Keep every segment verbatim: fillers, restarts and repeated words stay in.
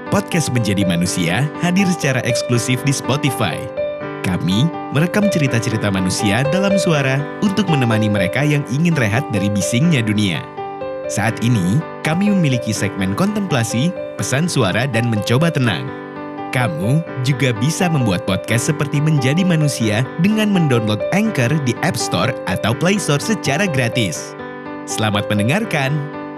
Podcast Menjadi Manusia hadir secara eksklusif di Spotify. Kami merekam cerita-cerita manusia dalam suara untuk menemani mereka yang ingin rehat dari bisingnya dunia. Saat ini, kami memiliki segmen kontemplasi, pesan suara, dan mencoba tenang. Kamu juga bisa membuat podcast seperti Menjadi Manusia dengan mendownload Anchor di App Store atau Play Store secara gratis. Selamat mendengarkan!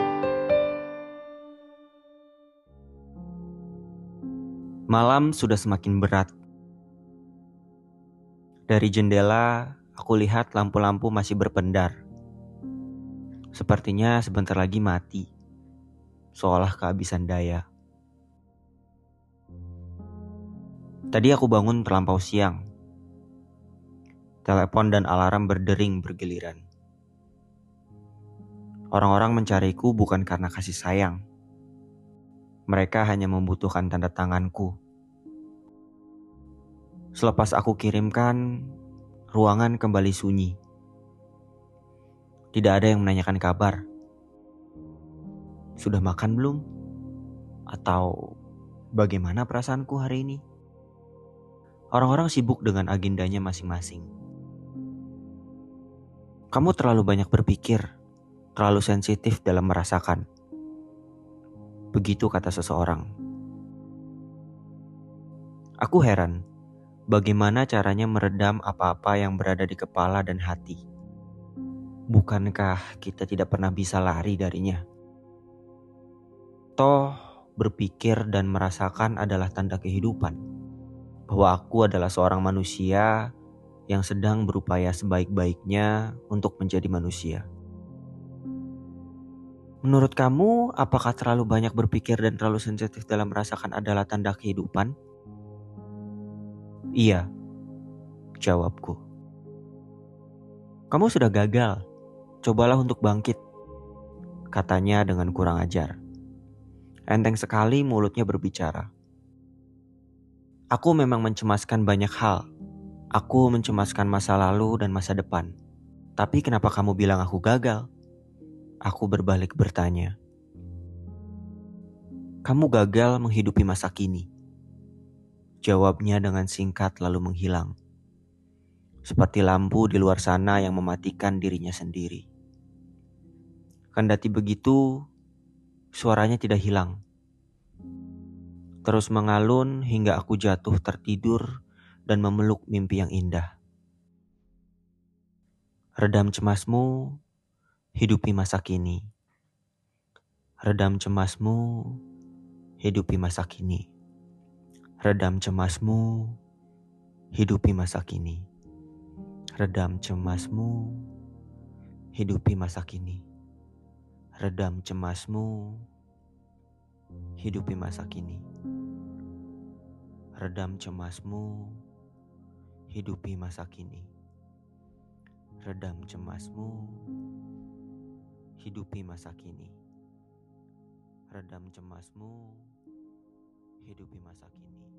Malam sudah semakin berat. Dari jendela, aku lihat lampu-lampu masih berpendar. Sepertinya sebentar lagi mati, seolah kehabisan daya. Tadi aku bangun terlampau siang. Telepon dan alarm berdering bergiliran. Orang-orang mencariku bukan karena kasih sayang. Mereka hanya membutuhkan tanda tanganku. Selepas aku kirimkan, ruangan kembali sunyi. Tidak ada yang menanyakan kabar. Sudah makan belum? Atau bagaimana perasaanku hari ini? Orang-orang sibuk dengan agendanya masing-masing. Kamu terlalu banyak berpikir, terlalu sensitif dalam merasakan. Begitu kata seseorang. Aku heran. Bagaimana caranya meredam apa-apa yang berada di kepala dan hati? Bukankah kita tidak pernah bisa lari darinya? Toh, berpikir dan merasakan adalah tanda kehidupan. Bahwa aku adalah seorang manusia yang sedang berupaya sebaik-baiknya untuk menjadi manusia. Menurut kamu, apakah terlalu banyak berpikir dan terlalu sensitif dalam merasakan adalah tanda kehidupan? Iya, jawabku. Kamu sudah gagal, cobalah untuk bangkit, katanya dengan kurang ajar. Enteng sekali mulutnya berbicara. Aku memang mencemaskan banyak hal. Aku mencemaskan masa lalu dan masa depan. Tapi kenapa kamu bilang aku gagal? Aku berbalik bertanya. Kamu gagal menghidupi masa kini. Jawabnya dengan singkat lalu menghilang. Seperti lampu di luar sana yang mematikan dirinya sendiri. Kendati begitu, suaranya tidak hilang. Terus mengalun hingga aku jatuh tertidur dan memeluk mimpi yang indah. Redam cemasmu, hidupi masa kini. Redam cemasmu, hidupi masa kini. Redam cemasmu, hidupi masa kini. Redam cemasmu, hidupi masa kini. Redam cemasmu, hidupi masa kini. Redam cemasmu, hidupi masa kini. Redam cemasmu, hidupi masa kini. Redam cemasmu, hidupi masa kini.